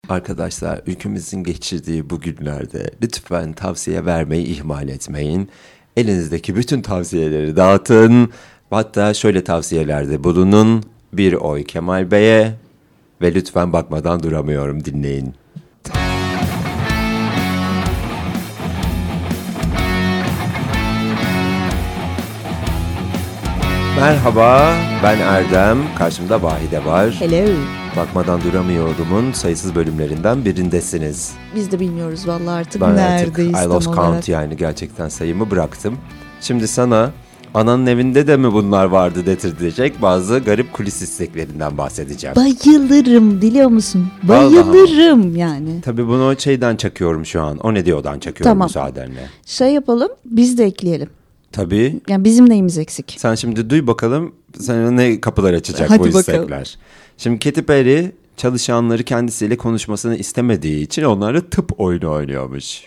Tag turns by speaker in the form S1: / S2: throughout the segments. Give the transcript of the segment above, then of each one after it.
S1: Arkadaşlar, ülkemizin geçirdiği bu günlerde lütfen tavsiye vermeyi ihmal etmeyin. Elinizdeki bütün tavsiyeleri dağıtın. Hatta şöyle tavsiyelerde bulunun. Bir oy Kemal Bey'e ve lütfen bakmadan duramıyorum dinleyin. Merhaba, ben Erdem. Karşımda Vahide var.
S2: Hello.
S1: Bakmadan duramıyorum'un sayısız bölümlerinden birindesiniz.
S2: Biz de bilmiyoruz vallahi artık
S1: Ben
S2: neredeyiz
S1: artık I lost count, yani gerçekten sayımı bıraktım. Şimdi sana ananın evinde de mi bunlar vardı dedirtecek bazı garip kulis isteklerinden bahsedeceğim.
S2: Bayılırım, biliyor musun? Bayılırım yani.
S1: Tabii bunu o şeyden çakıyorum şu an. O ne diyordan çakıyorum
S2: Tamam.
S1: müsaadenle.
S2: Şey yapalım, biz de ekleyelim.
S1: Tabii.
S2: Yani bizim neyimiz eksik?
S1: Sen şimdi duy bakalım sana ne kapılar açacak
S2: Hadi
S1: bu
S2: bakalım.
S1: istekler. Şimdi Katy Perry çalışanları kendisiyle konuşmasını istemediği için onlarla tıp oyunu oynuyormuş.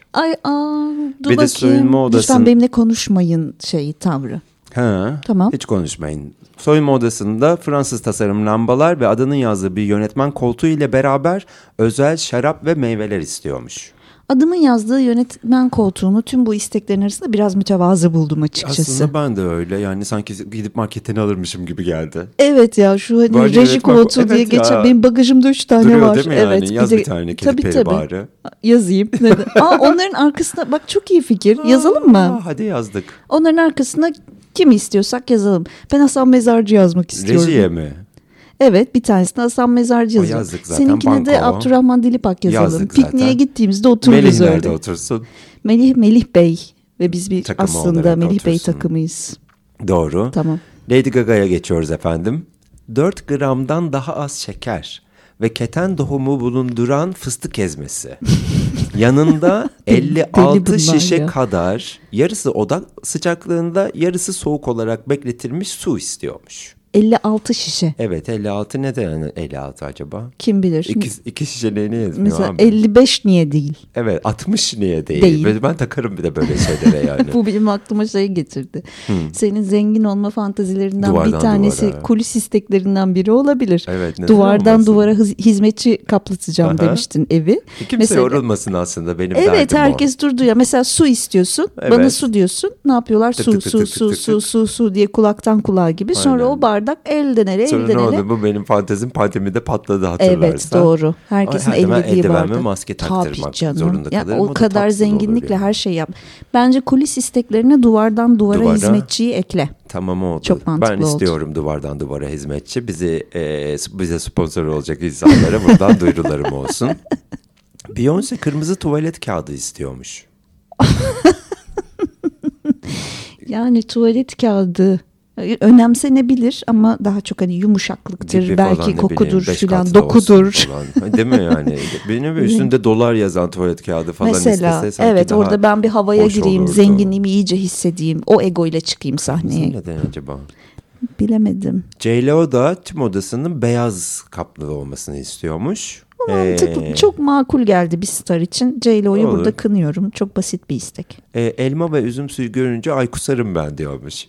S2: Dur
S1: Bir de
S2: bakayım.
S1: soyunma odasının...
S2: Lütfen benimle konuşmayın tavrı.
S1: Ha,
S2: Tamam.
S1: hiç konuşmayın. Soyunma odasında Fransız tasarım lambalar ve adının yazdığı bir yönetmen koltuğu ile beraber özel şarap ve meyveler istiyormuş.
S2: Adımın yazdığı yönetmen koltuğunu tüm bu isteklerin arasında biraz mütevazı buldum açıkçası.
S1: Aslında ben de öyle, yani sanki gidip marketten alırmışım gibi geldi.
S2: Evet ya, şu hani
S1: Böyle
S2: reji koltuğu
S1: evet
S2: diye
S1: ya.
S2: geçen benim bagajımda 3 tane
S1: Duruyor
S2: var.
S1: değil mi yani?
S2: Evet,
S1: Yaz bir tane Katy Perry bari.
S2: Yazayım. Neden? Onların arkasına bak, çok iyi fikir. Yazalım mı?
S1: Hadi yazdık.
S2: Onların arkasına kimi istiyorsak yazalım. Ben Hasan Mezarcı yazmak istiyorum.
S1: Rejiye mi?
S2: Evet, bir tanesine Hasan Mezarcı yazalım.
S1: Yazdık zaten.
S2: Seninkine de
S1: Banko.
S2: Abdurrahman Dilipak yazalım.
S1: Yazdık zaten.
S2: Pikniğe gittiğimizde otururuz
S1: Melih
S2: öyle.
S1: nerede otursun?
S2: Melih Bey ve biz bir
S1: Takımı
S2: aslında
S1: olarak
S2: Melih Bey
S1: otursun.
S2: takımıyız.
S1: Doğru.
S2: Tamam.
S1: Lady Gaga'ya geçiyoruz efendim. 4 gramdan daha az şeker ve keten tohumu bulunduran fıstık ezmesi. Yanında 56
S2: bunlar
S1: şişe
S2: ya.
S1: kadar, yarısı oda sıcaklığında yazısı soğuk olarak bekletilmiş su istiyormuş.
S2: 56 şişe.
S1: Evet, 56 ne de yani 56 acaba?
S2: Kim bilir?
S1: İki şişe neyine yetmiyor
S2: Mesela
S1: abi?
S2: 55 niye değil?
S1: Evet, 60 niye değil?
S2: Değil.
S1: Ben takarım bir de böyle şeylere yani.
S2: Bu benim aklıma şey getirdi. Senin zengin olma fantazilerinden
S1: Duvardan
S2: bir tanesi,
S1: duvara.
S2: kulis isteklerinden biri olabilir.
S1: Evet, neden
S2: Duvardan
S1: olmasın?
S2: duvara hizmetçi kaplatacağım
S1: Aha.
S2: demiştin evi.
S1: Kimse
S2: Mesela-
S1: yorulmasın aslında, benim
S2: Evet,
S1: derdim
S2: herkes durdu ya. Mesela su istiyorsun.
S1: Evet.
S2: Bana su diyorsun. Ne yapıyorlar?
S1: Tık
S2: Su
S1: tık tık
S2: su
S1: tık
S2: su
S1: tık
S2: su
S1: tık.
S2: su su diye kulaktan kulağa gibi. Sonra
S1: Aynen.
S2: o bardak elden ele
S1: o. Sonra
S2: elden
S1: ne
S2: ele.
S1: oldu? Bu benim pandemide patladı, hatırlarsan.
S2: Evet, doğru. Herkesin
S1: Her zaman
S2: el bildiği
S1: eldiven ve
S2: bardak.
S1: maske
S2: Tabii
S1: taktırmak
S2: canım.
S1: zorunda
S2: Ya,
S1: kalırım.
S2: o
S1: da
S2: kadar
S1: tatsız olur
S2: zenginlikle
S1: yani.
S2: her şey yap. Bence kulis isteklerine duvardan duvara hizmetçiyi ekle.
S1: Tamam, oldu.
S2: Çok mantıklı
S1: Ben
S2: oldu.
S1: istiyorum duvardan duvara hizmetçi. Bize sponsor olacak insanlara buradan duyurularım olsun. Beyoncé kırmızı tuvalet kağıdı istiyormuş.
S2: Yani tuvalet kağıdı önemsenebilir ama daha çok hani yumuşaklıktır,
S1: Gibi
S2: belki
S1: falan, ne
S2: kokudur
S1: bileyim, 5
S2: filan,
S1: katlı
S2: dokudur.
S1: olsun falan. Değil mi yani? Benim üstünde dolar yazan tuvalet kağıdı falan
S2: Mesela
S1: istese sanki
S2: evet,
S1: daha
S2: orada ben bir havaya
S1: hoş
S2: gireyim,
S1: olurdu.
S2: zenginliğimi iyice hissedeyim, o ego ile çıkayım sahneye.
S1: Neden acaba?
S2: Bilemedim.
S1: J.Lo da tüm odasının beyaz kaplı olmasını istiyormuş.
S2: Mantıklı, çok makul geldi bir star için. J.Lo'yu
S1: Olur.
S2: burada kınıyorum. Çok basit bir istek.
S1: Elma ve üzüm suyu görünce ay kusarım ben diyormuş.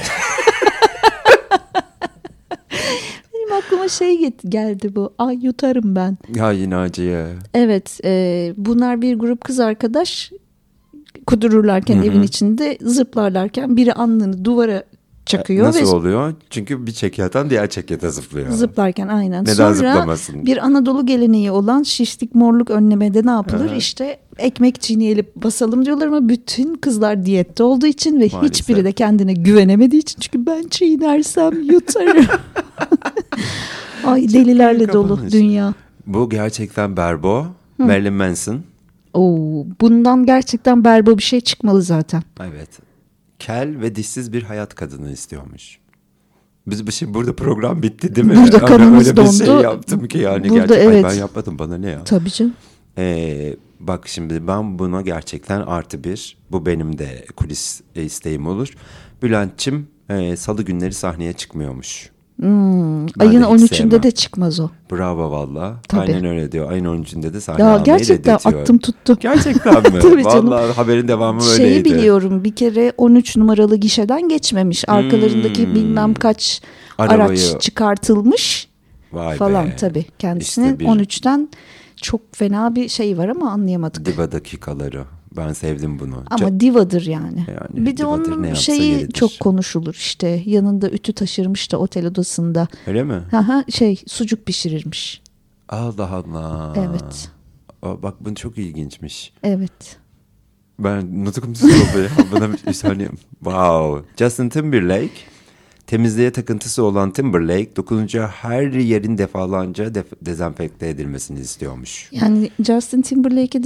S2: Benim aklıma geldi bu. Ay yutarım ben.
S1: Ya yine acıya.
S2: Evet, bunlar bir grup kız arkadaş kudururlarken evin içinde zıplarlarken biri alnını duvara çakıyor.
S1: Nasıl
S2: ve
S1: oluyor? Çünkü bir çekyattan diğer çekyata zıplıyor.
S2: Zıplarken aynen.
S1: Neden
S2: Sonra
S1: zıplamasın?
S2: bir Anadolu geleneği olan şişlik morluk önlemede ne yapılır?
S1: Aha.
S2: İşte ekmek çiğneyelim basalım diyorlar ama bütün kızlar diyette olduğu için ve
S1: Maalesef.
S2: hiçbiri de kendine güvenemediği için, çünkü ben çiğnersem yutarım. Ay,
S1: Çok
S2: delilerle
S1: iyi
S2: dolu
S1: kapanış.
S2: dünya.
S1: Bu gerçekten berbo. Marilyn Manson.
S2: Bundan gerçekten berba bir şey çıkmalı zaten.
S1: Evet. Kel ve dişsiz bir hayat kadını istiyormuş. Biz şimdi burada program bitti değil mi?
S2: Burada kanımız
S1: öyle bir şey
S2: dondu.
S1: yaptım ki yani
S2: Burada
S1: gerçekten.
S2: evet.
S1: Ben yapmadım, bana ne ya?
S2: Tabii canım.
S1: Bak şimdi ben buna gerçekten +1. Bu benim de kulis isteğim olur. Bülent'çim salı günleri sahneye çıkmıyormuş. Ben
S2: Ayın
S1: de hiç
S2: 13'ünde
S1: sevmem.
S2: de çıkmaz o.
S1: Bravo valla.
S2: Tabii.
S1: Aynen öyle diyor. Ayın 13'ünde de sahne
S2: Ya
S1: almayı
S2: gerçekten
S1: reddediyor.
S2: attım tuttu.
S1: Gerçekten mi?
S2: Tabii canım.
S1: Vallahi haberin devamı
S2: Şeyi
S1: öyleydi.
S2: biliyorum, bir kere 13 numaralı gişeden geçmemiş. Arkalarındaki bilmem kaç
S1: Arabayı-
S2: araç çıkartılmış
S1: Vay
S2: falan
S1: be.
S2: tabii. Kendisinin
S1: İşte bir-
S2: 13'ten çok fena bir şey var ama anlayamadık.
S1: Diva dakikaları. Ben sevdim bunu.
S2: Ama divadır yani. Bir de
S1: divadır, ne
S2: onun
S1: yapsa
S2: şeyi
S1: yeridir.
S2: çok konuşulur işte. Yanında ütü taşırmış da otel odasında.
S1: Öyle mi?
S2: Sucuk pişirirmiş.
S1: Allah Allah.
S2: Evet.
S1: Bak bu çok ilginçmiş.
S2: Evet.
S1: Ben nutukumsuz oldu ya. Buna hani wow. Justin Timberlake temizliğe takıntısı olan Timberlake dokununca her yerin defalarca dezenfekte edilmesini istiyormuş.
S2: Yani Justin Timberlake'e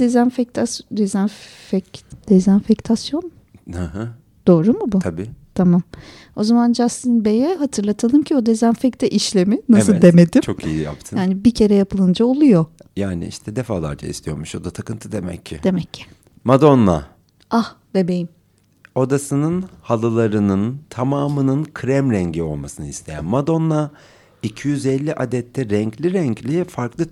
S2: dezenfektasyon
S1: Hı.
S2: doğru mu bu?
S1: Tabii.
S2: Tamam. O zaman Justin Bey'e hatırlatalım ki o dezenfekte işlemi nasıl
S1: Evet,
S2: demedim?
S1: çok iyi yaptın.
S2: Yani bir kere yapılınca oluyor.
S1: Yani işte defalarca istiyormuş. O da takıntı demek ki.
S2: Demek ki.
S1: Madonna.
S2: Ah bebeğim.
S1: Odasının halılarının tamamının krem rengi olmasını isteyen Madonna 250 adette renkli farklı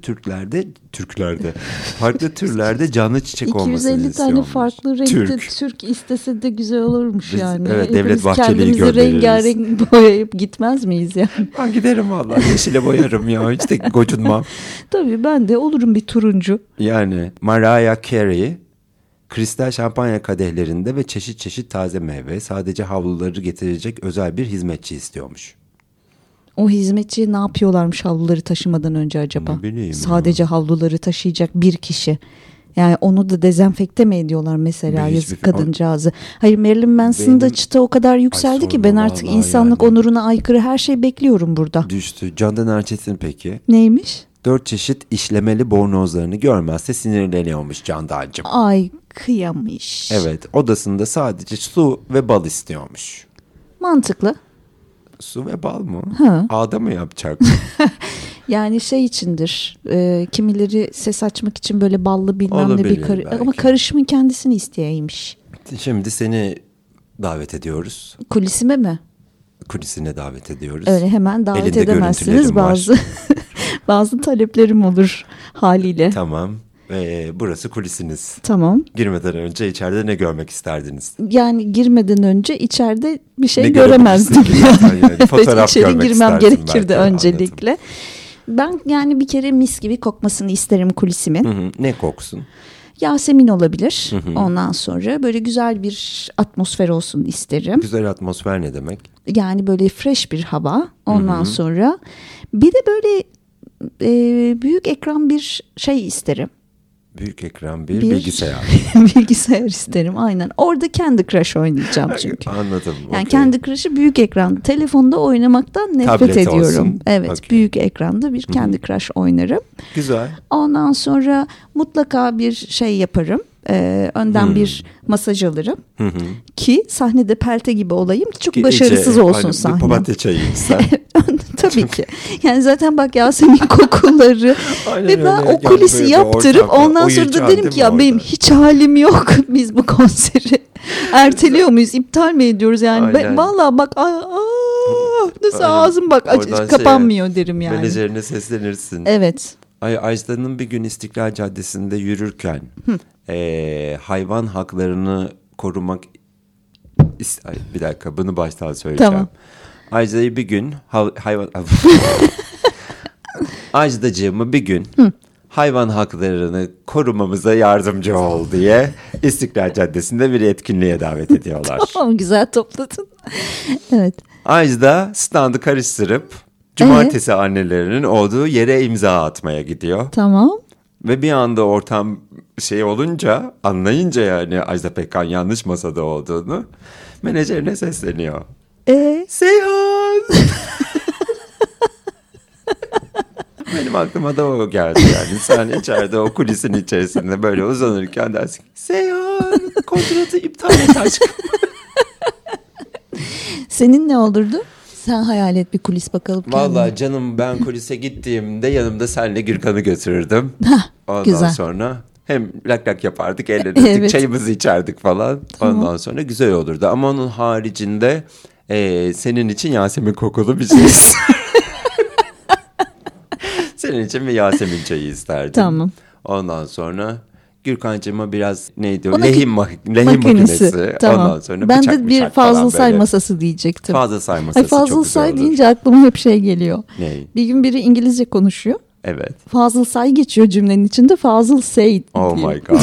S1: farklı türlerde canlı çiçek olmasını
S2: 250
S1: istiyormuş.
S2: tane farklı renkte Türk istese de güzel olurmuş yani.
S1: Evet,
S2: Hepimiz
S1: Devlet Bahçeli'yi
S2: kendimizi
S1: göndeririz.
S2: rengarenk boyayıp gitmez miyiz yani?
S1: Ben giderim vallahi yeşile boyarım ya, hiç de gocunmam.
S2: Tabii ben de olurum bir turuncu.
S1: Yani Mariah Carey kristal şampanya kadehlerinde ve çeşit çeşit taze meyve, sadece havluları getirecek özel bir hizmetçi istiyormuş.
S2: O hizmetçi ne yapıyorlarmış havluları taşımadan önce acaba?
S1: Ne bileyim
S2: Sadece havluları taşıyacak bir kişi. Yani onu da dezenfekte mi ediyorlar mesela
S1: Hiçbir
S2: yazık
S1: fikrim-
S2: kadıncağızı. Hayır, Marilyn Manson'ın da
S1: Benim-
S2: çıta o kadar yükseldi
S1: Ay
S2: ki
S1: sorma
S2: ben artık
S1: vallahi
S2: insanlık
S1: yani.
S2: onuruna aykırı her şey bekliyorum burada.
S1: Düştü. Candan Erçetin peki?
S2: Neymiş?
S1: 4 çeşit işlemeli bornozlarını görmezse sinirleniyormuş Candancığım.
S2: Ay kıyamış.
S1: Evet, odasında sadece su ve bal istiyormuş.
S2: Mantıklı.
S1: Su ve bal mı?
S2: Ha.
S1: Ağda mı yapacak?
S2: Yani şey içindir. Kimileri ses açmak için böyle ballı bilmem ne
S1: Olabilir
S2: bir
S1: belki.
S2: ama karışımın kendisini isteyeymiş.
S1: Şimdi seni davet ediyoruz.
S2: Kulisime mi?
S1: Kulisine davet ediyoruz.
S2: Öyle hemen davet
S1: Elinde
S2: edemezsiniz.
S1: görüntülerim var.
S2: Bazı taleplerim olur haliyle.
S1: Tamam. Burası kulisiniz.
S2: Tamam.
S1: Girmeden önce içeride ne görmek isterdiniz?
S2: Yani girmeden önce içeride bir şey
S1: Ne
S2: göremezdim.
S1: görebilirsiniz zaten yani? Fotoğraf
S2: Evet, içeri
S1: görmek
S2: girmem
S1: istersin
S2: gerekirdi
S1: belki.
S2: öncelikle. Ben yani bir kere mis gibi kokmasını isterim kulisimin.
S1: Hı. Ne koksun?
S2: Yasemin olabilir. Ondan sonra böyle güzel bir atmosfer olsun isterim.
S1: Güzel atmosfer ne demek?
S2: Yani böyle fresh bir hava. Ondan sonra bir de böyle büyük ekran bir şey isterim.
S1: Büyük ekran bir bilgisayar.
S2: Bilgisayar isterim aynen. Orada Candy Crush oynayacağım çünkü.
S1: Anladım.
S2: Yani
S1: okey.
S2: Candy Crush'ı büyük ekranda, telefonda oynamaktan nefret
S1: Tablet
S2: ediyorum.
S1: olsun.
S2: Evet,
S1: Okey.
S2: büyük ekranda bir Candy Crush oynarım.
S1: Güzel.
S2: Ondan sonra mutlaka bir şey yaparım. Önden bir masaj alırım. Ki sahnede pelte gibi olayım ki çok başarısız olsun sahne.
S1: Papatya çayı içsen.
S2: Tabii ki. Yani zaten bak Yasemin kokuları
S1: Aynen
S2: ve ben
S1: öyle.
S2: o
S1: Yani
S2: kulisi
S1: böyle bir
S2: yaptırıp
S1: ortamda
S2: ondan sonra da
S1: uyuyacağım
S2: dedim
S1: değil
S2: ki
S1: mi
S2: ya
S1: orada?
S2: benim hiç halim yok. Biz bu konseri erteliyor muyuz? İptal mi ediyoruz? Yani
S1: Aynen.
S2: vallahi bak nasıl
S1: Aynen.
S2: ağzım bak
S1: Oradan
S2: kapanmıyor derim yani.
S1: Menajerine seslenirsin.
S2: Evet.
S1: Ajda'nın bir gün İstiklal Caddesi'nde yürürken hayvan haklarını korumak... bir dakika, bunu baştan söyleyeceğim.
S2: Tamam.
S1: Ajda'yı bir gün hayvan... Ajda'cığımı bir gün hayvan haklarını korumamıza yardımcı ol diye İstiklal Caddesi'nde bir etkinliğe davet ediyorlar.
S2: Tamam, güzel topladın. Evet.
S1: Ajda standı karıştırıp cumartesi annelerinin olduğu yere imza atmaya gidiyor.
S2: Tamam.
S1: Ve bir anda ortam şey olunca, anlayınca yani Ajda Pekkan yanlış masada olduğunu, menajerine sesleniyor. Seyhan! Benim aklıma da o geldi yani. Sen içeride o kulisin içerisinde böyle uzanırken dersin, Seyhan kontratı iptal et aşkım.
S2: Senin ne olurdu? Sen hayal et bir kulis bakalım.
S1: Vallahi canım, ben kulise gittiğimde yanımda senle Gürkan'ı götürürdüm. Ondan
S2: güzel.
S1: sonra hem lak lak yapardık, eğlenirdik,
S2: Evet.
S1: çayımızı içerdik falan.
S2: Tamam.
S1: Ondan sonra güzel olurdu. Ama onun haricinde senin için Yasemin kokulu bir şey senin için bir Yasemin çayı isterdim.
S2: Tamam.
S1: Ondan sonra Gürkan'cığıma biraz neydi o?
S2: Ona
S1: Lehim makinesi.
S2: Tamam.
S1: Ondan sonra
S2: ben
S1: bıçak
S2: de bir
S1: falan
S2: Fazıl Say
S1: böyle.
S2: masası diyecektim.
S1: Fazıl Say masası
S2: Fazıl
S1: çok güzel
S2: Say
S1: olur.
S2: deyince aklıma hep şey geliyor.
S1: Ne?
S2: Bir gün biri İngilizce konuşuyor.
S1: Evet.
S2: Fazıl Say geçiyor cümlenin içinde. Fazıl Say
S1: Oh
S2: diye.
S1: my god.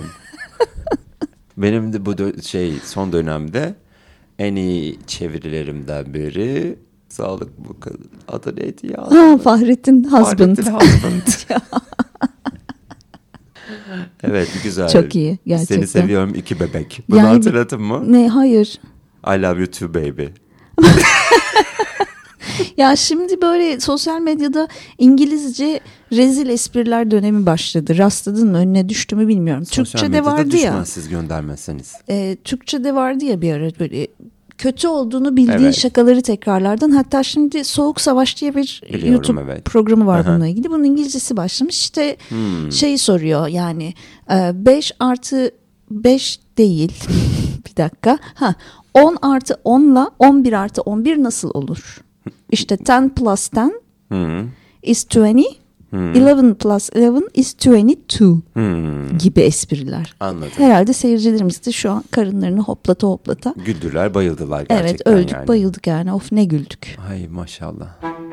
S1: Benim de bu son dönemde en iyi çevirilerimden biri Sağlık Bakanı. Adı neydi ya?
S2: Ha, Fahrettin Husband.
S1: Fahrettin Husband. Evet, güzel.
S2: Çok iyi gerçekten.
S1: Seni seviyorum 2 bebek. Bunu
S2: Yani,
S1: hatırladın mı?
S2: Ne, hayır.
S1: I love you too baby.
S2: Ya şimdi böyle sosyal medyada İngilizce rezil espriler dönemi başladı. Rastladın mı? Önüne düştü mü bilmiyorum.
S1: Sosyal
S2: Türkçe'de
S1: medyada
S2: vardı ya.
S1: düşmez siz göndermezseniz.
S2: Türkçe'de vardı ya bir ara böyle kötü olduğunu bildiğin
S1: Evet.
S2: şakaları tekrarlardan. Hatta şimdi Soğuk Savaş diye bir
S1: Biliyorum,
S2: YouTube
S1: evet.
S2: programı var
S1: Aha.
S2: bununla ilgili. Bunun İngilizcesi başlamış. İşte şeyi soruyor yani 5 artı 5 değil. Bir dakika. 10 artı 10 ile 11 artı 11 nasıl olur? İşte 10 plus 10 is 20. 11 plus 11 is 22 gibi espriler.
S1: Anladım.
S2: Herhalde seyircilerimiz de şu an karınlarını hoplata hoplata.
S1: Güldüler, bayıldılar gerçekten.
S2: Evet, öldük
S1: yani.
S2: bayıldık yani. Of ne güldük.
S1: Ay maşallah.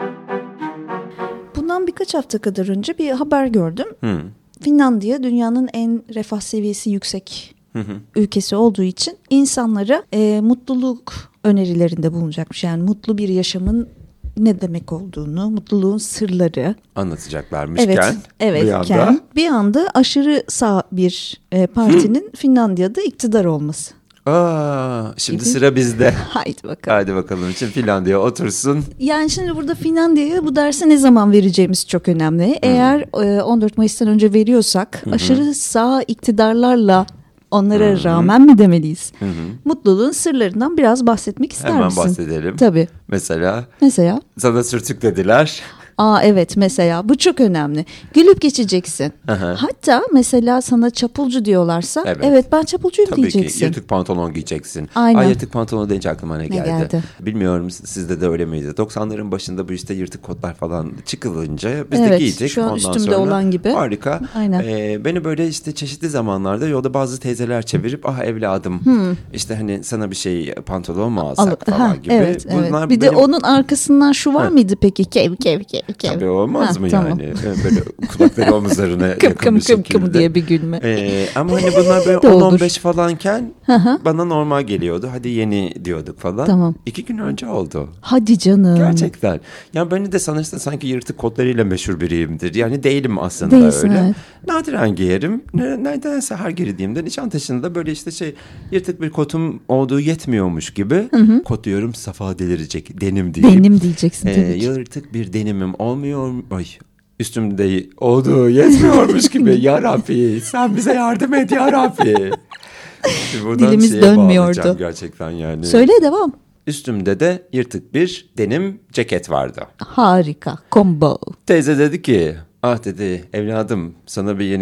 S2: Bundan birkaç hafta kadar önce bir haber gördüm. Finlandiya dünyanın en refah seviyesi yüksek ülkesi olduğu için insanlara mutluluk önerilerinde bulunacakmış. Yani mutlu bir yaşamın ne demek olduğunu, mutluluğun sırları.
S1: Anlatacaklarmışken
S2: Evet, bir anda aşırı sağ bir partinin Finlandiya'da iktidar olması.
S1: Şimdi
S2: Gibi.
S1: sıra bizde.
S2: Haydi bakalım.
S1: Hadi bakalım için Finlandiya otursun.
S2: Yani şimdi burada Finlandiya'ya bu dersi ne zaman vereceğimiz çok önemli. Eğer 14 Mayıs'tan önce veriyorsak aşırı sağ iktidarlarla onlara rağmen mi demeliyiz? Mutluluğun sırlarından biraz bahsetmek ister
S1: Hemen
S2: misin?
S1: bahsedelim.
S2: Tabii.
S1: Mesela sana sürtük dediler.
S2: Evet, mesela bu çok önemli. Gülüp geçeceksin. Hatta mesela sana çapulcu diyorlarsa evet ben çapulcuyum
S1: Tabii
S2: diyeceksin.
S1: ki yırtık pantolon giyeceksin.
S2: Aynen.
S1: Yırtık pantolon deyince aklıma ne geldi? Bilmiyorum sizde de öyle miydi? 90'ların başında bu işte yırtık kotlar falan çıkılınca biz de giydik.
S2: Şu an
S1: Ondan
S2: üstümde
S1: sonra,
S2: olan gibi.
S1: Harika.
S2: Aynen.
S1: Beni böyle işte çeşitli zamanlarda yolda bazı teyzeler çevirip evladım işte hani sana bir şey pantolon mu alsak falan gibi.
S2: Evet,
S1: Bunlar
S2: bir de onun arkasından şu var mıydı peki? Kev.
S1: Tabii olmaz mı
S2: tamam.
S1: yani? Böyle kulakları omuzlarına yakın bir şekilde.
S2: Kım diye bir gülme.
S1: Ama hani bunlar böyle
S2: De olur.
S1: 10-15 falanken bana normal geliyordu. Hadi yeni diyorduk falan.
S2: Tamam.
S1: 2 gün önce oldu.
S2: Hadi canım.
S1: Gerçekten. Yani beni de sanırsın sanki yırtık kotlarıyla meşhur biriyimdir. Yani değilim aslında
S2: Değilsin,
S1: öyle.
S2: evet.
S1: giyerim. Neredense her girdiğimde Nişantaşı'nda böyle işte yırtık bir kotum olduğu yetmiyormuş gibi. Kot diyorum, Safa delirecek. Denim diyeyim.
S2: Denim diyeceksin tabii ki.
S1: Yırtık bir denimim olmuyor. Üstümde olduğu yetmiyormuş gibi. Ya Rabbi sen bize yardım et ya Rabbi.
S2: Dilimiz dönmüyordu.
S1: Gerçekten yani.
S2: Söyle, devam.
S1: Üstümde de yırtık bir denim ceket vardı.
S2: Harika. Combo.
S1: Teyze dedi ki dedi evladım sana bir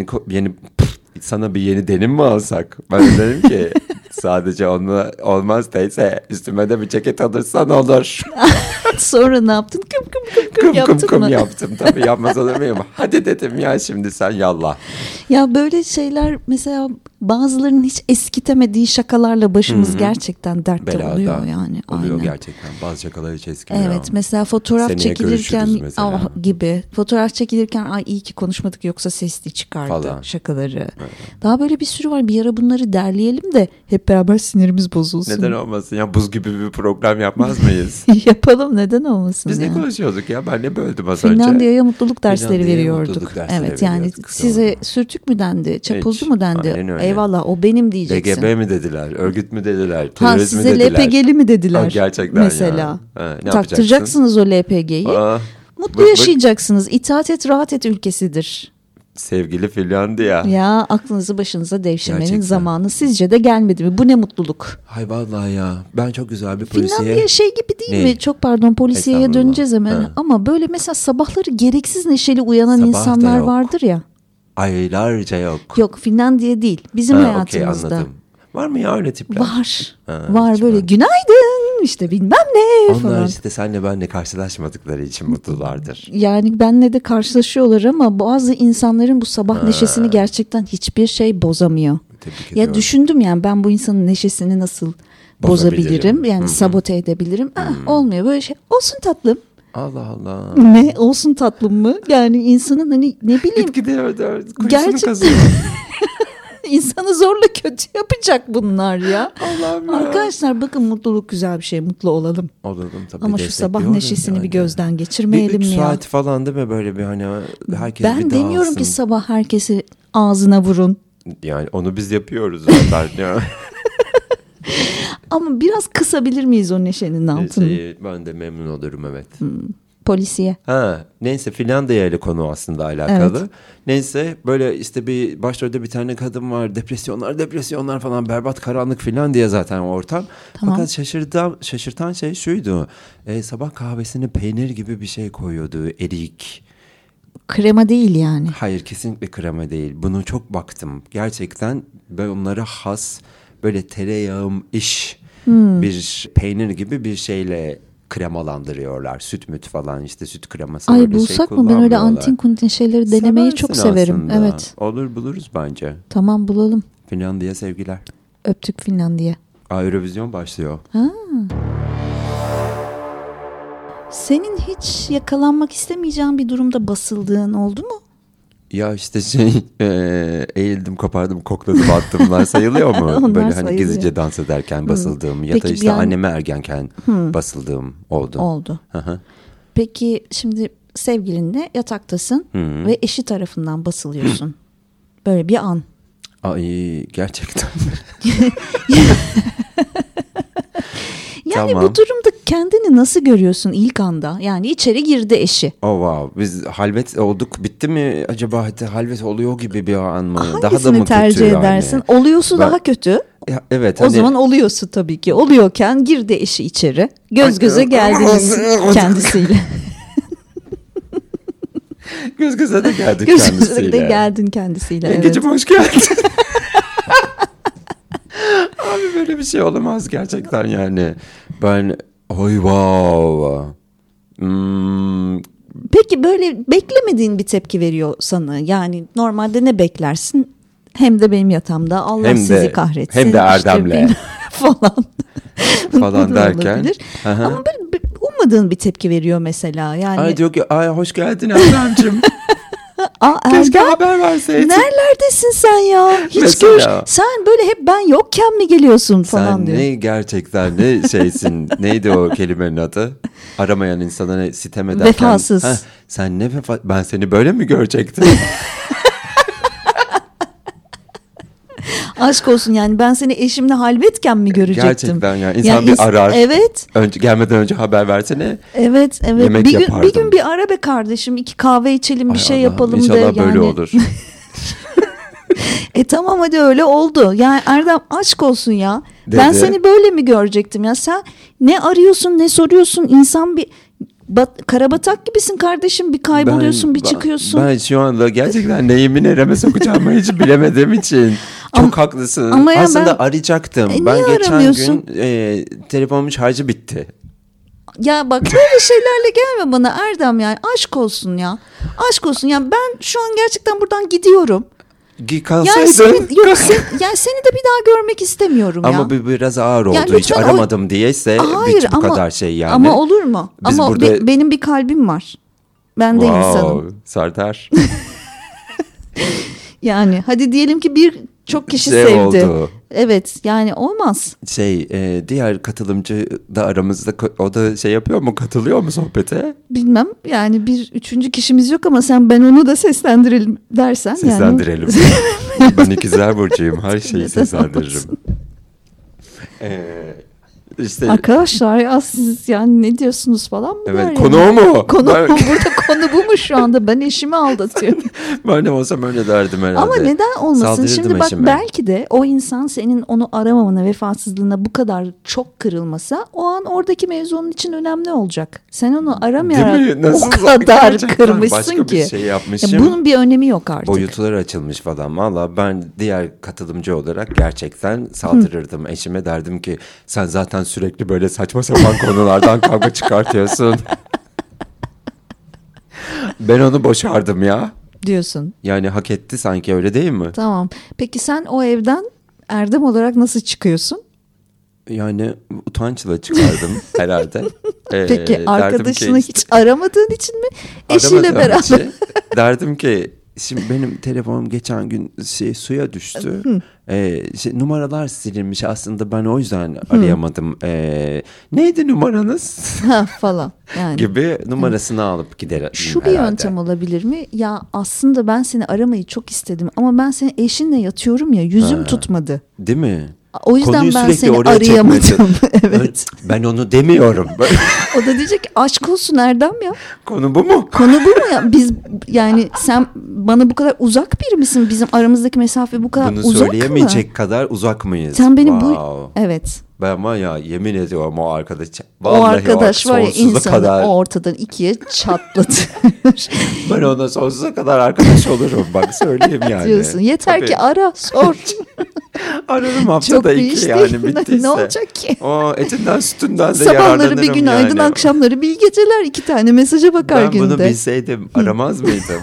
S1: yeni denim mi alsak? Ben de dedim ki sadece onunla olmaz teyze, üstüme de bir ceket alırsan olur.
S2: Sonra ne yaptın? Kım yaptın mı?
S1: Yaptım tabii, yapmaz olur muyum? Hadi dedim ya şimdi sen yallah.
S2: Ya böyle şeyler mesela bazılarının hiç eskitemediği şakalarla başımız gerçekten dertte
S1: Belada
S2: oluyor yani.
S1: Oluyor
S2: Aynen.
S1: gerçekten. Bazı şakalar hiç eskimiyor.
S2: Evet, mesela fotoğraf
S1: Seneye
S2: çekilirken
S1: görüşürüz mesela.
S2: gibi. Fotoğraf çekilirken iyi ki konuşmadık yoksa sesli çıkardı
S1: Falan.
S2: şakaları.
S1: Evet.
S2: Daha böyle bir sürü var. Bir ara bunları derleyelim de hep beraber sinirimiz bozulsun.
S1: Neden olmasın ya, buz gibi bir program yapmaz mıyız?
S2: Yapalım, neden olmasın?
S1: Biz
S2: ya?
S1: ne konuşuyorduk ya, ben ne böldüm az önce?
S2: Finlandiya'ya mutluluk dersleri
S1: Finlandiya'ya
S2: veriyorduk.
S1: mutluluk dersleri
S2: Evet, yani
S1: veriyorduk.
S2: size sürtük mü dendi, çapulcu
S1: Hiç.
S2: mu dendi?
S1: Aynen öyle.
S2: Eyvallah, o benim diyeceksin.
S1: LGB mi dediler, örgüt mü dediler, terörist mi
S2: size
S1: dediler?
S2: LPG'li mi dediler?
S1: Gerçekten
S2: mesela.
S1: ya. Ne yapacaksın?
S2: Taktıracaksınız o LPG'yi. Mutlu yaşayacaksınız. İtaat et, rahat et ülkesidir.
S1: Sevgili Finlandiya.
S2: Ya aklınızı başınıza devşirmenin
S1: Gerçekten.
S2: zamanı sizce de gelmedi mi? Bu ne mutluluk?
S1: Hay vallahi ya. Ben çok güzel bir polisiye.
S2: Finlandiya gibi değil
S1: Ne?
S2: mi? Çok pardon, polisiyeye
S1: Estağfurullah.
S2: döneceğiz hemen.
S1: Ha.
S2: Ama böyle mesela sabahları gereksiz neşeli uyanan
S1: Sabah da
S2: insanlar
S1: yok.
S2: vardır ya.
S1: Aylarca yok.
S2: Yok, Finlandiya değil. Bizim
S1: Okey,
S2: hayatımızda.
S1: anladım. Var mı ya öyle tipler?
S2: Var.
S1: Ha,
S2: Var
S1: hiç
S2: böyle
S1: ben-
S2: günaydın işte bilmem ne
S1: Onlar
S2: falan.
S1: işte senle benle karşılaşmadıkları için mutlulardır.
S2: Yani benle de karşılaşıyorlar ama bazı insanların bu sabah neşesini gerçekten hiçbir şey bozamıyor.
S1: Tebrik
S2: Ya
S1: ediyorum.
S2: düşündüm yani ben bu insanın neşesini nasıl
S1: Bozabilirim.
S2: bozabilirim? Yani sabote edebilirim. Olmuyor böyle şey. Olsun tatlım.
S1: Allah Allah.
S2: Ne olsun tatlım mı? Yani insanın hani ne bileyim.
S1: Gitgide kuyusunu
S2: Gerçekten.
S1: kazıyor.
S2: İnsanı zorla kötü yapacak bunlar ya.
S1: Allah'ım ya.
S2: Arkadaşlar bakın mutluluk güzel bir şey. Mutlu olalım.
S1: Olalım tabii.
S2: Ama şu sabah
S1: destekliyoruz
S2: neşesini
S1: yani.
S2: bir gözden
S1: Bir
S2: geçirmeyelim
S1: 3
S2: ya.
S1: saat falan değil mi böyle bir hani herkes
S2: Ben
S1: bir
S2: demiyorum
S1: dağılsın.
S2: ki sabah herkesi ağzına vurun.
S1: Yani onu biz yapıyoruz zaten ya.
S2: Ama biraz kısabilir miyiz o neşenin altını?
S1: Ben de memnun olurum evet.
S2: Polisiye.
S1: Ha, neyse Finlandiya ile konu aslında alakalı.
S2: Evet.
S1: Neyse böyle işte bir başrolde bir tane kadın var. Depresyonlar falan berbat karanlık Finlandiya zaten ortam.
S2: Tamam.
S1: Fakat şaşırtan şey şuydu. Sabah kahvesine peynir gibi bir şey koyuyordu. Erik.
S2: Krema değil yani.
S1: Hayır kesinlikle krema değil. Bunu çok baktım. Gerçekten böyle onlara has böyle tereyağım bir peynir gibi bir şeyle kremalandırıyorlar. Süt müt falan işte süt kreması
S2: Ay
S1: öyle şey
S2: bulsak mı? Ben öyle
S1: kullanmıyorlar.
S2: antin kuntin şeyleri denemeyi
S1: Seversin
S2: çok severim.
S1: aslında.
S2: Evet.
S1: Olur buluruz bence.
S2: Tamam bulalım.
S1: Finlandiya sevgiler.
S2: Öptük Finlandiya.
S1: Eurovision başlıyor.
S2: Senin hiç yakalanmak istemeyeceğin bir durumda basıldığın oldu mu?
S1: Ya işte eğildim kopardım kokladım attımlar sayılıyor mu?
S2: Onlar
S1: Böyle hani
S2: sayılıyor.
S1: gizlice dans ederken basıldığım ya da
S2: Peki
S1: işte
S2: yani-
S1: anneme ergenken basıldığım oldu.
S2: Oldu.
S1: Hı hı.
S2: Peki şimdi sevgilinle yataktasın ve eşi tarafından basılıyorsun. Böyle bir an.
S1: Ay gerçekten.
S2: Yani
S1: Tamam.
S2: bu durumda kendini nasıl görüyorsun ilk anda? Yani içeri girdi eşi.
S1: Oh wow. Biz halvet olduk. Bitti mi acaba? Halvet oluyor gibi bir an mı? Daha da
S2: Hangisini
S1: mı
S2: tercih
S1: kötü
S2: edersin?
S1: yani?
S2: Oluyorsu
S1: Ben-
S2: daha kötü.
S1: Ya, evet.
S2: O zaman oluyorsu tabii ki. Oluyorken girdi eşi içeri. Göz göze geldiniz kendisiyle.
S1: göz göze de geldik
S2: Göz
S1: kendisiyle.
S2: göze de geldin kendisiyle.
S1: Yengeciğim hoş geldin. Abi böyle bir şey olamaz gerçekten yani. Ben oy wow.
S2: Peki böyle beklemediğin bir tepki veriyor sana. Yani normalde ne beklersin? Hem de benim yatağımda Allah
S1: Hem de-
S2: sizi kahretsin.
S1: hem de Erdem'le.
S2: bilmem- falan.
S1: Falan
S2: Bu da
S1: derken.
S2: olabilir.
S1: Hı hı.
S2: Ama böyle ummadığın bir tepki veriyor mesela. Yani
S1: Ay diyor ki ay hoş geldin Erdem'cim. Keşke
S2: Erdem
S1: haber verseydin.
S2: nerelerdesin sen ya? Hiç
S1: Mesela.
S2: sen böyle hep ben yokken mi geliyorsun falan
S1: Sen
S2: diyor.
S1: ne gerçekten ne şeysin. Neydi o kelimenin adı? Aramayan insana sitem ederken.
S2: Vefasız.
S1: Sen ne ben seni böyle mi görecektim?
S2: Aşk olsun yani ben seni eşimle halvetken mi görecektim?
S1: Gerçekten ya insan bir arar.
S2: Evet.
S1: Gelmeden önce haber versene.
S2: Evet.
S1: Yemek
S2: bir
S1: yapardım.
S2: gün bir ara be kardeşim, iki kahve içelim, bir
S1: Ay
S2: şey
S1: Allah'ım,
S2: yapalım
S1: İnşallah
S2: de yani.
S1: böyle olur.
S2: Tamam hadi öyle oldu. Yani Erdem aşk olsun ya.
S1: Dedi.
S2: Ben seni böyle mi görecektim ya? Sen ne arıyorsun, ne soruyorsun? İnsan bir karabatak gibisin kardeşim. Bir kayboluyorsun, bir çıkıyorsun.
S1: Ben şu anda gerçekten neyimi nereme sokacağımı hiç bilemediğim için. Çok haklısın.
S2: ama ya
S1: Aslında
S2: ben-
S1: arayacaktım.
S2: Niye
S1: Ben geçen
S2: aramıyorsun?
S1: gün telefonumun şarjı bitti.
S2: Ya bak böyle şeylerle gelme bana Erdem yani. Aşk olsun ya. Aşk olsun ya. Ben şu an gerçekten buradan gidiyorum. Yani
S1: Kalsaydın.
S2: yani seni de bir daha görmek istemiyorum ya.
S1: Ama biraz ağır oldu.
S2: Ya
S1: Hiç
S2: lütfen
S1: aramadım diyeyse
S2: Hayır
S1: hiç bu
S2: ama,
S1: kadar şey yani.
S2: Ama olur mu?
S1: Biz
S2: ama
S1: burada-
S2: benim bir kalbim var. Ben de insanım.
S1: Serdar.
S2: Yani hadi diyelim ki çok kişi
S1: Şey
S2: sevdi.
S1: oldu.
S2: Evet yani olmaz.
S1: Diğer katılımcı da aramızda o da şey yapıyor mu, katılıyor mu sohbete?
S2: Bilmem yani bir üçüncü kişimiz yok ama sen ben onu da seslendirelim dersen.
S1: Seslendirelim.
S2: Yani,
S1: Ben ikizler burcuyum. Her şeyi
S2: Neden
S1: seslendiririm. İşte
S2: arkadaşlar ya siz yani ne diyorsunuz falan mı?
S1: evet,
S2: der
S1: konu
S2: yani.
S1: o mu?
S2: Konu
S1: Ben-
S2: burada konu bu mu şu anda? Ben eşimi aldatıyorum.
S1: Ben de olsam öyle derdim herhalde.
S2: Ama neden olmasın?
S1: Saldırırdım
S2: Şimdi bak
S1: eşime.
S2: belki de o insan senin onu aramamana, vefasızlığına bu kadar çok kırılmasa o an oradaki mevzu onun için önemli olacak. Sen onu
S1: Değil mi?
S2: aramayarak
S1: Nasıl
S2: o kadar
S1: gerçekten
S2: kırmışsın
S1: başka
S2: ki.
S1: bir şey yapmışım.
S2: Ya bunun bir önemi yok artık.
S1: Boyutları açılmış falan. Valla ben diğer katılımcı olarak gerçekten saldırırdım. Eşime derdim ki sen zaten sürekli böyle saçma sapan konulardan kavga çıkartıyorsun. Ben onu boşardım ya.
S2: Diyorsun.
S1: Yani hak etti sanki, öyle değil mi?
S2: Tamam. Peki sen o evden Erdem olarak nasıl çıkıyorsun?
S1: Yani utançla çıkardım herhalde.
S2: Peki
S1: derdim
S2: arkadaşını
S1: ki
S2: hiç aramadığın için mi? Eşiyle
S1: aramadığım
S2: beraber.
S1: için derdim ki şimdi benim telefonum geçen gün suya düştü. Numaralar silinmiş aslında ben o yüzden arayamadım. Neydi numaranız?
S2: Ha, falan yani.
S1: gibi numarasını alıp giderim
S2: Şu bir
S1: herhalde.
S2: yöntem olabilir mi? Ya aslında ben seni aramayı çok istedim ama ben senin eşinle yatıyorum ya, yüzüm tutmadı.
S1: Değil mi?
S2: O yüzden
S1: Konuyu
S2: ben
S1: sürekli
S2: seni
S1: oraya çekmeye
S2: arayamadım. Evet.
S1: Ben onu demiyorum.
S2: O da diyecek ki aşk olsun Erdem ya.
S1: Konu bu mu?
S2: Konu bu mu ya? Biz yani sen bana bu kadar uzak biri misin? Bizim aramızdaki mesafe bu kadar
S1: Bunu
S2: uzak mı?
S1: söyleyemeyecek kadar uzak mıyız?
S2: Sen beni
S1: Wow.
S2: evet.
S1: Ben var ya yemin ediyorum o arkadaş.
S2: O
S1: Vallahi
S2: arkadaş var ya
S1: sonsuza
S2: insanı
S1: kadar,
S2: ortadan ikiye çatlatır.
S1: ben ona sonsuza kadar arkadaş olurum bak söyleyeyim yani.
S2: Diyorsun. Yeter
S1: Tabii.
S2: ki ara, sor.
S1: Ararım
S2: Çok
S1: haftada
S2: bir
S1: 2
S2: iş
S1: yani
S2: değil.
S1: bittiyse.
S2: Ne olacak ki?
S1: O etinden sütünden de
S2: Sabahları
S1: yararlanırım
S2: bir günaydın,
S1: yani.
S2: akşamları bir geceler, 2 tane mesaja bakar
S1: Ben
S2: günde.
S1: bunu bilseydim aramaz mıydım?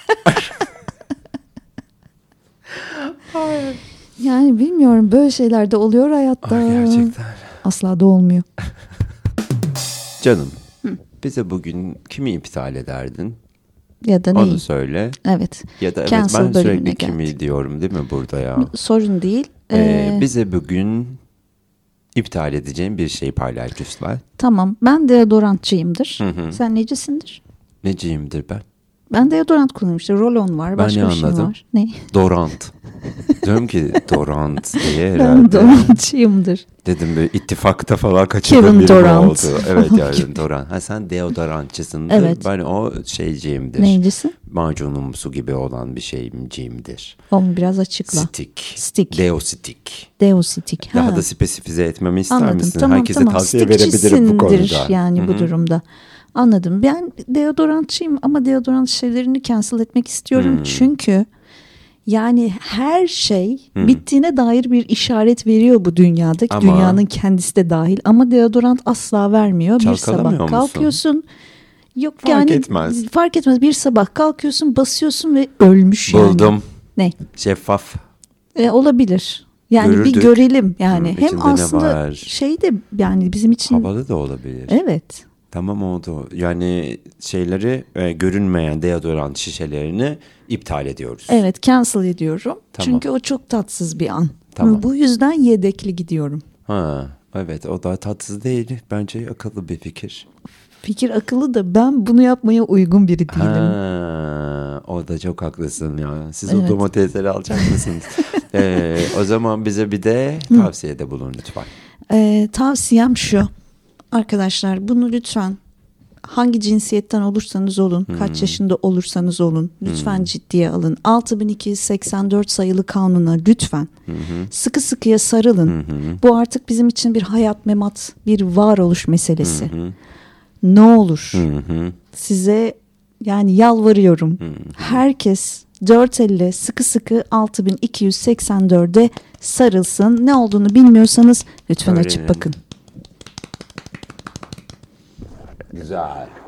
S2: Yani bilmiyorum, böyle şeyler de oluyor hayatta.
S1: Ay, gerçekten.
S2: Asla da olmuyor.
S1: Canım bize bugün kimi iptal ederdin?
S2: Ya da neyi?
S1: Onu söyle.
S2: Evet.
S1: Ya da evet
S2: Cancel
S1: ben
S2: bölümüne
S1: sürekli kimi
S2: geldik.
S1: diyorum değil mi burada ya?
S2: Sorun değil.
S1: Bize bugün iptal edeceğim bir şey paylaş lütfen.
S2: Tamam. Ben deodorantçıyımdır.
S1: Hı.
S2: Sen necisindir?
S1: Neciyimdir ben?
S2: Ben deodorant kullanıyorum. İşte rolon var.
S1: Ben
S2: Başka
S1: ne
S2: bir şey
S1: anladım?
S2: var. Ne?
S1: Dorant. Diyorum ki Dorant diye
S2: Ben
S1: herhalde.
S2: deodorantçıyımdır.
S1: Dedim böyle ittifakta falan kaçırdığım
S2: Kevin
S1: biri
S2: Durant.
S1: oldu. Evet yani Dorant. Ha sen deodorantçısındır.
S2: Evet.
S1: Ben o şeyciyimdir.
S2: Neycisin?
S1: Macunumsu gibi olan bir şeyimciyimdir.
S2: Onu biraz açıkla.
S1: Stick. Deo stick.
S2: Deositik.
S1: Daha
S2: Ha.
S1: da spesifize etmemi ister
S2: Anladım.
S1: misin?
S2: Tamam,
S1: Herkese
S2: tamam.
S1: tavsiye verebilirim bu konuda.
S2: Stickçisindir yani bu durumda. Anladım. Ben deodorantçıyım ama deodorant şeylerini cancel etmek istiyorum. Çünkü yani her şey bittiğine dair bir işaret veriyor bu dünyada.
S1: Ama-
S2: Dünyanın kendisi de dahil. Ama deodorant asla vermiyor. Bir
S1: Çalkalamıyor
S2: sabah
S1: musun?
S2: kalkıyorsun. Yok
S1: Fark
S2: yani
S1: etmez.
S2: fark etmez. Bir sabah kalkıyorsun, basıyorsun ve ölmüş yani.
S1: Buldum.
S2: Ne?
S1: Şeffaf.
S2: Olabilir. Yani
S1: Görürdük.
S2: bir görelim yani.
S1: içinde
S2: Hem
S1: ne
S2: aslında
S1: var?
S2: şey de yani bizim için
S1: Havalı da olabilir.
S2: evet.
S1: Tamam oldu. Yani şeyleri görünmeyen deodorant şişelerini iptal ediyoruz.
S2: Evet, cancel ediyorum.
S1: Tamam.
S2: Çünkü o çok tatsız bir an.
S1: Tamam.
S2: Bu yüzden yedekli gidiyorum.
S1: Ha, evet o da tatsız değil. Bence akıllı bir fikir.
S2: Fikir akıllı da ben bunu yapmaya uygun biri değilim.
S1: Ha, o da çok haklısın ya. Siz o
S2: Evet.
S1: domatesleri alacak mısınız? O zaman bize bir de tavsiyede bulun lütfen.
S2: Tavsiyem şu. Arkadaşlar bunu lütfen hangi cinsiyetten olursanız olun, kaç yaşında olursanız olun lütfen ciddiye alın. 6284 sayılı kanuna lütfen sıkı sıkıya sarılın. Bu artık bizim için bir hayat memat, bir varoluş meselesi. Ne olur size yani yalvarıyorum. Herkes dört elle sıkı sıkı 6284'e sarılsın. Ne olduğunu bilmiyorsanız lütfen açıp
S1: Öğrenelim.
S2: bakın.
S1: Güzel.